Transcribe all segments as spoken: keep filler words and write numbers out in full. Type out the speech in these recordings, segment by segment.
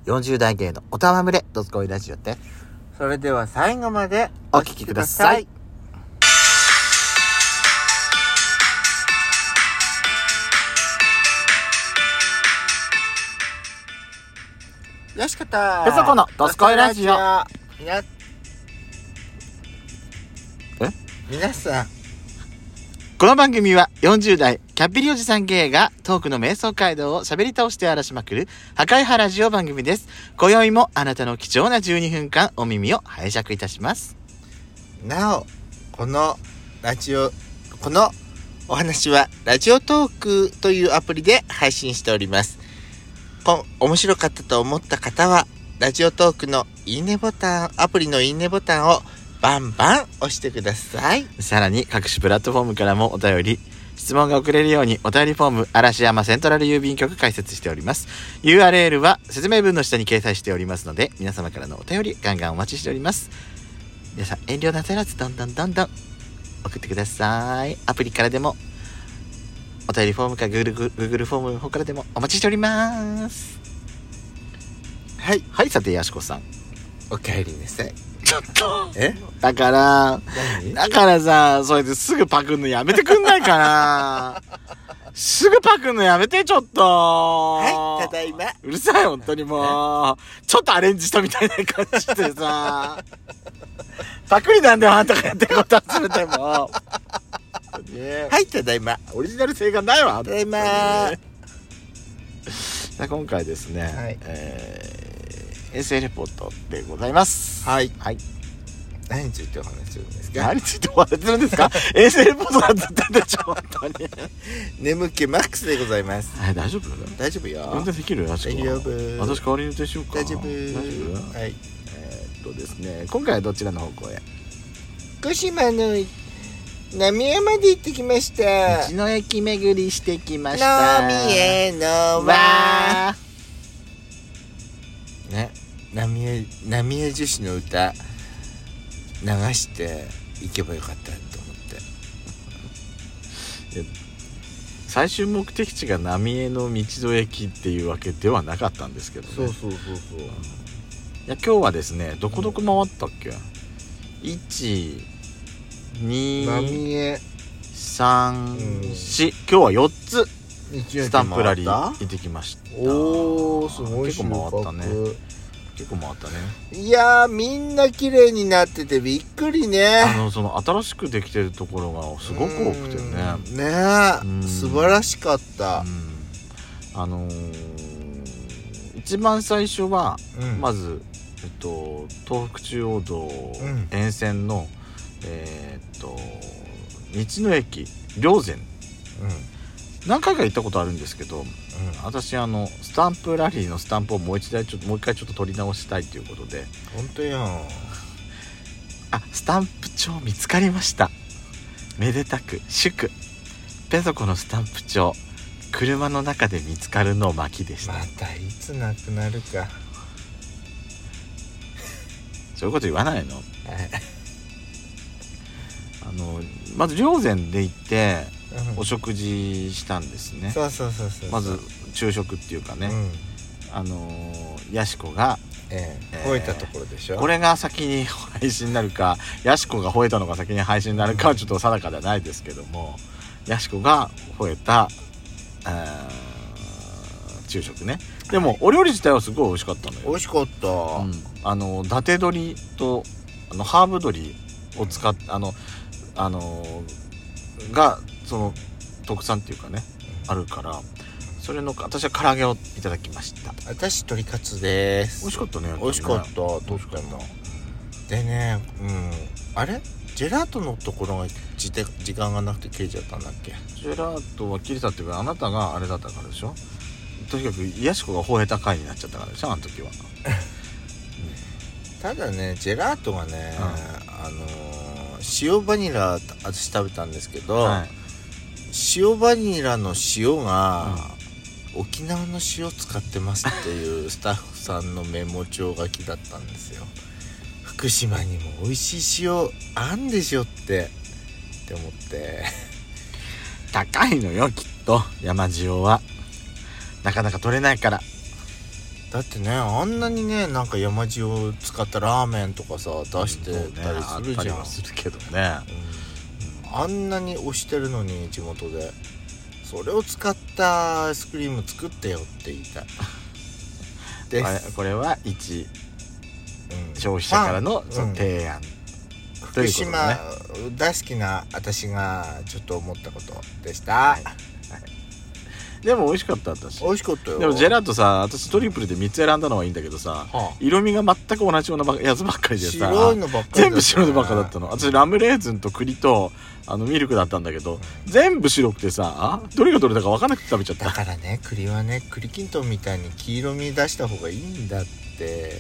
よんじゅう代芸のおたわむれドスコイラジオでそれでは最後までお聞きください。 よしかったペソコのドスコイラジオ。 みなえ皆さん、 この番組はよんじゅう代キャッピリおじさん芸がトークの瞑想街道を喋り倒して荒らしまくる破壊派ラジオ番組です。今宵もあなたの貴重なじゅうにふんかんお耳を拝借いたします。 なおこのラジオこのお話はラジオトークというアプリで配信しております。こ面白かったと思った方はラジオトークのいいねボタン、アプリのいいねボタンをバンバン押してください。 さらに各種プラットフォームからもお便り、質問が送れるようにお便りフォーム嵐山セントラル郵便局開設しております。 ユーアールエル は説明文の下に掲載しておりますので、皆様からのお便りガンガンお待ちしております。皆さん遠慮なさらずどんどんどんどん送ってください。アプリからでもお便りフォームか Google, Google フォームの方からでもお待ちしております。 はいはい、さてやしこさん、 おかえりなさい。 ちょっとえだから何だからさ、それですぐパクんのやめてくんないかなすぐパクんのやめて、ちょっと。 はい、ただいま。 うるさい、本当にもう。ちょっとアレンジしたみたいな感じでさ。パクリなんだよ、あんたがやってることは全ても。ね、 はい、ただいま。 オリジナル性がないわ。 ただいま。 さあ今回ですね、 はい、 えー、衛星レポートでございます。 はい。 はい。 何についてお話しするんですか？ 何についてお話しするんですか？衛星レポートなんて言ってんでしょ、本当に。 眠気マックスでございます。 はい、大丈夫？ 大丈夫よ。 運転できる？大丈夫。 私代わりに運転しようか。 大丈夫。 大丈夫？ はい。 えー、っとですね、今回はどちらの方向へ？ 福島の浪江まで行ってきました。 道の駅巡りしてきました。 浪江のわーね、浪江浪江女子の歌流して行けばよかったと思って。 最終目的地が浪江の道の駅っていうわけではなかったんですけどね。 そうそうそうそう。 いや今日はですね、どこどこ回ったっけ？いち、に、さん、よん、今日はよっつスタンプラリー行ってきました。 おー、すごい。 結構回ったね。結構回ったね。 いやー、みんな綺麗になっててびっくりね。 あのその新しくできてるところがすごく多くてね。 ねえ、素晴らしかった。 あのー、一番最初は、うん、まず、えっと、東北中央道沿線の、うん、えー、っと道の駅霊山、うん、何回か行ったことあるんですけど、うん、私あのスタンプラリーのスタンプをもう一台ちょっともう一回ちょっと取り直したいということで。 本当やん。 あ、スタンプ帳見つかりました。めでたく祝ペソコのスタンプ帳車の中で見つかるの巻でした。 またいつなくなるか。 そういうこと言わないの？あのまず霊山で行って、うん、お食事したんですね。 そうそうそうそう。 まず昼食っていうかね、うん、あのヤシコが、 えー、吠えたところでしょ。 これが先に配信になるか、ヤシコが吠えたのが先に配信になるかはちょっと定かではないですけども、ヤシコが吠えた、えー、昼食ね。でも、はい、お料理自体はすごい美味しかったのよ。 美味しかった。 うん、あの伊達鶏とあのハーブ鶏を使って、あのあのー、がその特産っていうかね、うん、あるから、それの私は唐揚げをいただきました。 私鶏カツです。 美味しかったね。 美味しかった。どうしたの？でね、うん、あれジェラートのところが時間がなくて切れちゃったんだっけ？ ジェラートは切れたっていうか、あなたがあれだったからでしょ。とにかくヤシコが吠えた回になっちゃったからでしょ、あの時は。 ただね、ジェラートがね、うん、あのー、塩バニラ私食べたんですけど、はい、塩バニラの塩が、うん、沖縄の塩使ってますっていうスタッフさんのメモ帳書きだったんですよ。福島にも美味しい塩あんでしょってって思って高いのよきっと山塩はなかなか取れないから。 だってねあんなにねなんか山塩を使ったラーメンとかさ出してたりするじゃん、 うんね、するけどね、 うん、あんなに推してるのに地元でそれを使ったアイスクリーム作ってよって言いたいですこれは一、うん、消費者からのその提案、うん、 福島、ね、大好きな私がちょっと思ったことでした、はいはい、 でも美味しかった私美味しかったよ。 でもジェラートさ私トリプルでみっつ選んだのはいいんだけどさ、はあ、色味が全く同じようなやつばっかりでさ白いのばっかりだった、ね、 全部白いのばっかだったの。私ラムレーズンと栗とあのミルクだったんだけど、うん、全部白くてさどれがどれだか分からなくて食べちゃった。 だからね栗はね栗きんとんみたいに黄色み出した方がいいんだって。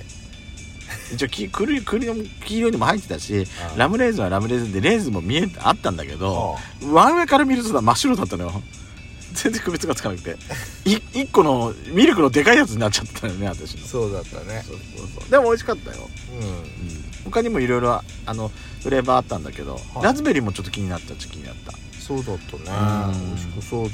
一応き 栗, 栗の黄色にも入ってたし、ああラムレーズンはラムレーズンでレーズンも見えあったんだけど、真上から見ると真っ白だったのよ。全然区別がつかなくていいっこのミルクのでかいやつになっちゃったよね私の。 そうだったね。 そうそうそうでも美味しかったよ、うんうん、他にもいろいろあのフレーバーあったんだけど、はい、ラズベリーもちょっと気になったっちゃ気になった。 そうだったね、美味しくそうだった。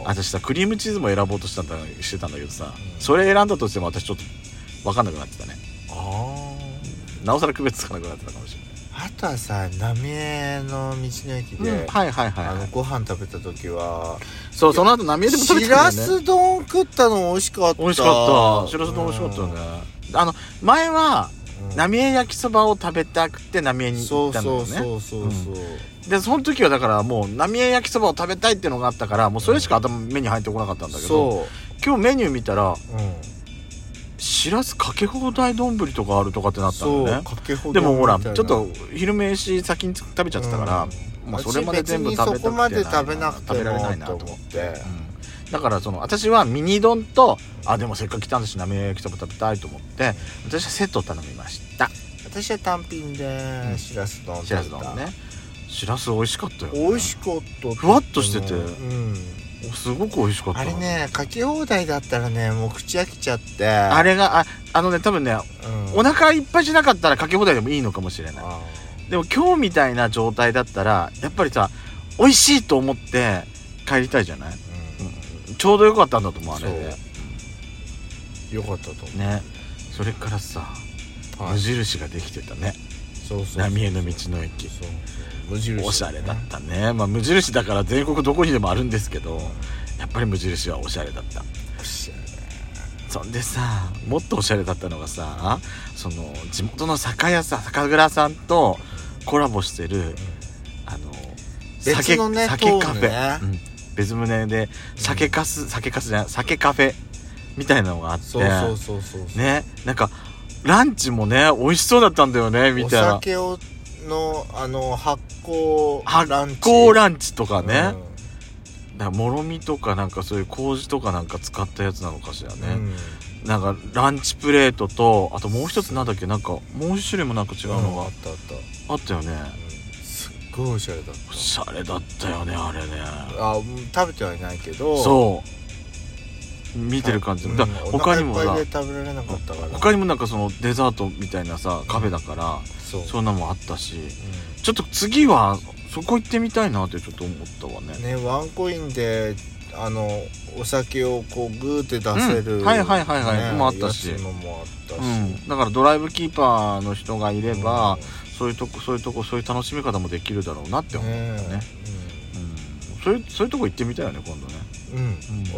私さクリームチーズも選ぼうとしたんだしてたんだけどさ、うん、それ選んだとしても私ちょっと分かんなくなってたね。あなおさら区別つかなくなってたかもしれない。 あとはさ浪江の道の駅で、うん、 はいはいはい、 あのご飯食べた時はそうその後浪江でも食べたんだよね。 しらす丼食ったの美味しかった。 美味しかったしらす丼美味しかったよね、うん、あの前は、うん、浪江焼きそばを食べたくて浪江に行ったんだよね。 そうそうそうそう、 うん、でその時はだからもう浪江焼きそばを食べたいっていうのがあったからもうそれしか頭目に入ってこなかったんだけど、うん、今日メニュー見たら、うんしらすかけ放題丼とかあるとかってなったんだね。 かけ放題でもほらちょっと昼飯先に食べちゃってたから、うん、まあそれまで全部食べたくてそこまで食べなくても食べられないなと思って、 うん、 だからその私はミニ丼とあでもせっかく来たんだし浪江焼きそば食べたいと思って私はセットを頼みました。 私は単品でしらす丼しらす丼ね。しらす美味しかったよ、ね、 美味しかったふわっとしてて、うんすごく美味しかった。 あれねかけ放題だったらねもう口飽きちゃってあれがああのね多分ね、うん、お腹いっぱいしなかったらかけ放題でもいいのかもしれない。でも今日みたいな状態だったらやっぱりさ美味しいと思って帰りたいじゃない、うんうん、ちょうどよかったんだと思うあれで、 うん、よかったと思うね。それからさ、はい、無印ができてたね。 そうそうそう浪江の道の駅そう無印、ね、 おしゃれだったね。まあ無印だから全国どこにでもあるんですけどやっぱり無印はおしゃれだった。 おしゃれ。 そんでさもっとおしゃれだったのがさその地元の酒屋さん酒蔵さんとコラボしてる、うん、あの別のね酒カフェ、 ねうん、別棟で酒かす、うん、酒かすじゃない酒カフェみたいなのがあってそうそうそうそうねなんかランチもね美味しそうだったんだよねみたいな。 お酒をのあの発酵ランチ発酵ランチとかね、うん、だからもろみとかなんかそういう麹とかなんか使ったやつなのかしらね、うん、なんかランチプレートとあともう一つなんだっけなんかもう一種類もなんか違うのが、 うん、あったあったあったよね、 うん、すっごいおしゃれだった。 おしゃれだったよねあれね。 あ食べてはいないけどそう見てる感じ、うん、だ他にもさ食べられなかったから他にもなんかそのデザートみたいなさカフェだから、うん、そ, そんなもんあったし、うん、ちょっと次はそこ行ってみたいなってちょっと思ったわね。 ねワンコインであのお酒をこうグーって出せる、 うん、はいはいはいはい、ね、もあったしのもあったし、 うん、だからドライブキーパーの人がいれば、うん、そういうとこそういうとこそういう楽しみ方もできるだろうなって思ったね、ね、うんうん、そういうそういうとこ行ってみたいよね今度ね。 うん、うん、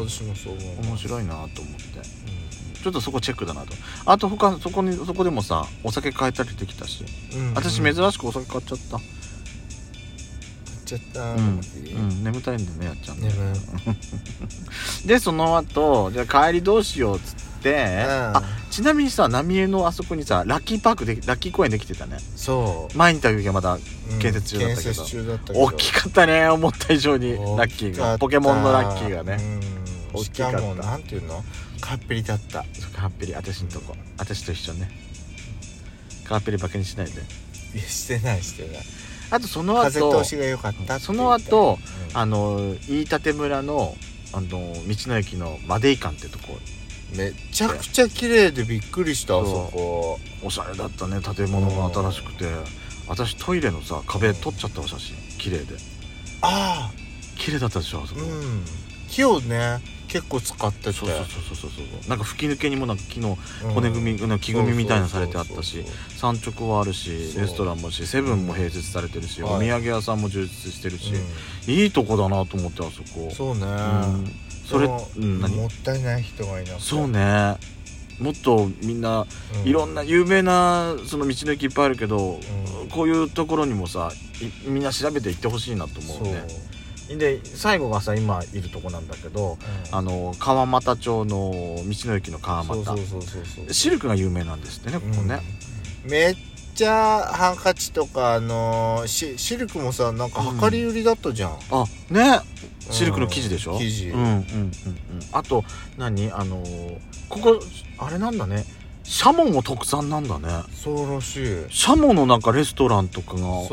私もそう思う。 面白いなと思って、うん、ちょっとそこチェックだなと。あと他そこにそこでもさお酒買えたりできたし、うんうん、私珍しくお酒買っちゃった買っちゃった、 うん、うん、眠たいんでねやっちゃうんででその後じゃあ帰りどうしようっつって、うん、あちなみにさ浪江のあそこにさラッキーパークでラッキー公園できてたね。 そう前にいた時はまだ建設中だったけど、うん、建設中だったけど大きかったね思った以上にラッキーがポケモンのラッキーがね、 うん、しかもなんていうのカッペリだった。 カッペリ私のとこ私と一緒ねカッペリバカにしないで。 いやしてないしてない。 あとその後風通しが良かったってその後、うん、あの飯舘村のあの道の駅のマデイ館ってとこめちゃくちゃ綺麗でびっくりした。あそこおしゃれだったね建物が新しくて、私トイレのさ壁撮っちゃった写真綺麗で。 ああ綺麗だったでしょあそこ、 うん、木をね結構使ってて、 そうそうそうそうそうなんか吹き抜けにもなんか木の骨組み、うん、木組みみたいなのされてあったし、産直はあるしレストランもしセブンも併設されてるし、うん、お土産屋さんも充実してるし、うん、いいとこだなと思ってあそこ。 そうね、うん、 それ、うん、何もったいない人がいなくて。 そうね、もっとみんな、うん、いろんな有名なその道の駅いっぱいあるけど、うん、こういうところにもさみんな調べていってほしいなと思うね。で最後がさ今いるとこなんだけど、うん、あの川俣町の道の駅の川俣、そうそうそうそう、シルクが有名なんですってね、ここね、 うん、めっちゃハンカチとかあのー、シ, シルクもさなんか量り売りだったじゃん、うん、 あね、シルクの生地でしょ、 うん、生地、 うんうんうんうん、あと何あのー、ここあれなんだね、シャモも特産なんだね。 そうらしい。シャモのなんかレストランとかがあって、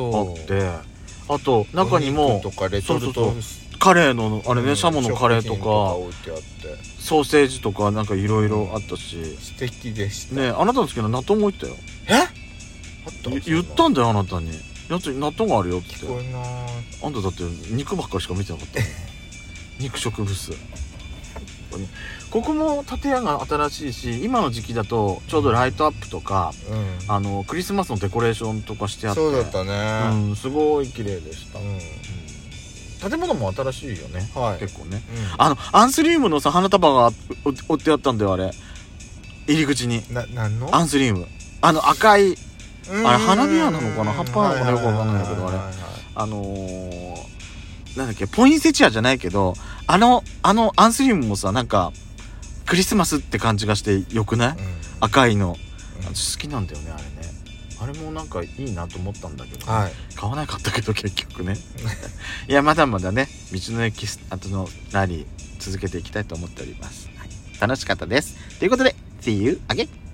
あと中にもとかレトルトカレーのあれね、うん、シャモのカレーとか置いてあってソーセージとかなんかいろいろあったし、うん、 素敵でしたね。あなたの好きな納豆も置いたよ。 えあった言ったんだよあなたに、やつ納豆があるよって。 聞こえなあんただって肉ばっかりしか見てなかった肉食ブス。ここも建屋が新しいし、今の時期だとちょうどライトアップとか、うん、あのクリスマスのデコレーションとかしてあって、 そうだったね、 うん、すごい綺麗でした、うんうん、建物も新しいよね、はい、結構ね、うん、あのアンスリウムのさ花束が売ってあったんだよ、あれ入り口に。 な、何のアンスリウム、あの赤いあれ花びらなのかな葉っぱなのかなよくわかんないけど、あれあのー、なんだっけポインセチアじゃないけど、あのあのアンスリウムもさなんかクリスマスって感じがしてよくない、うん、赤いの、うん、私好きなんだよねあれね。あれもなんかいいなと思ったんだけど、ね、はい、買わなかったけど結局ねいやまだまだね道の駅後のラリー続けていきたいと思っております、はい、楽しかったですということで See you again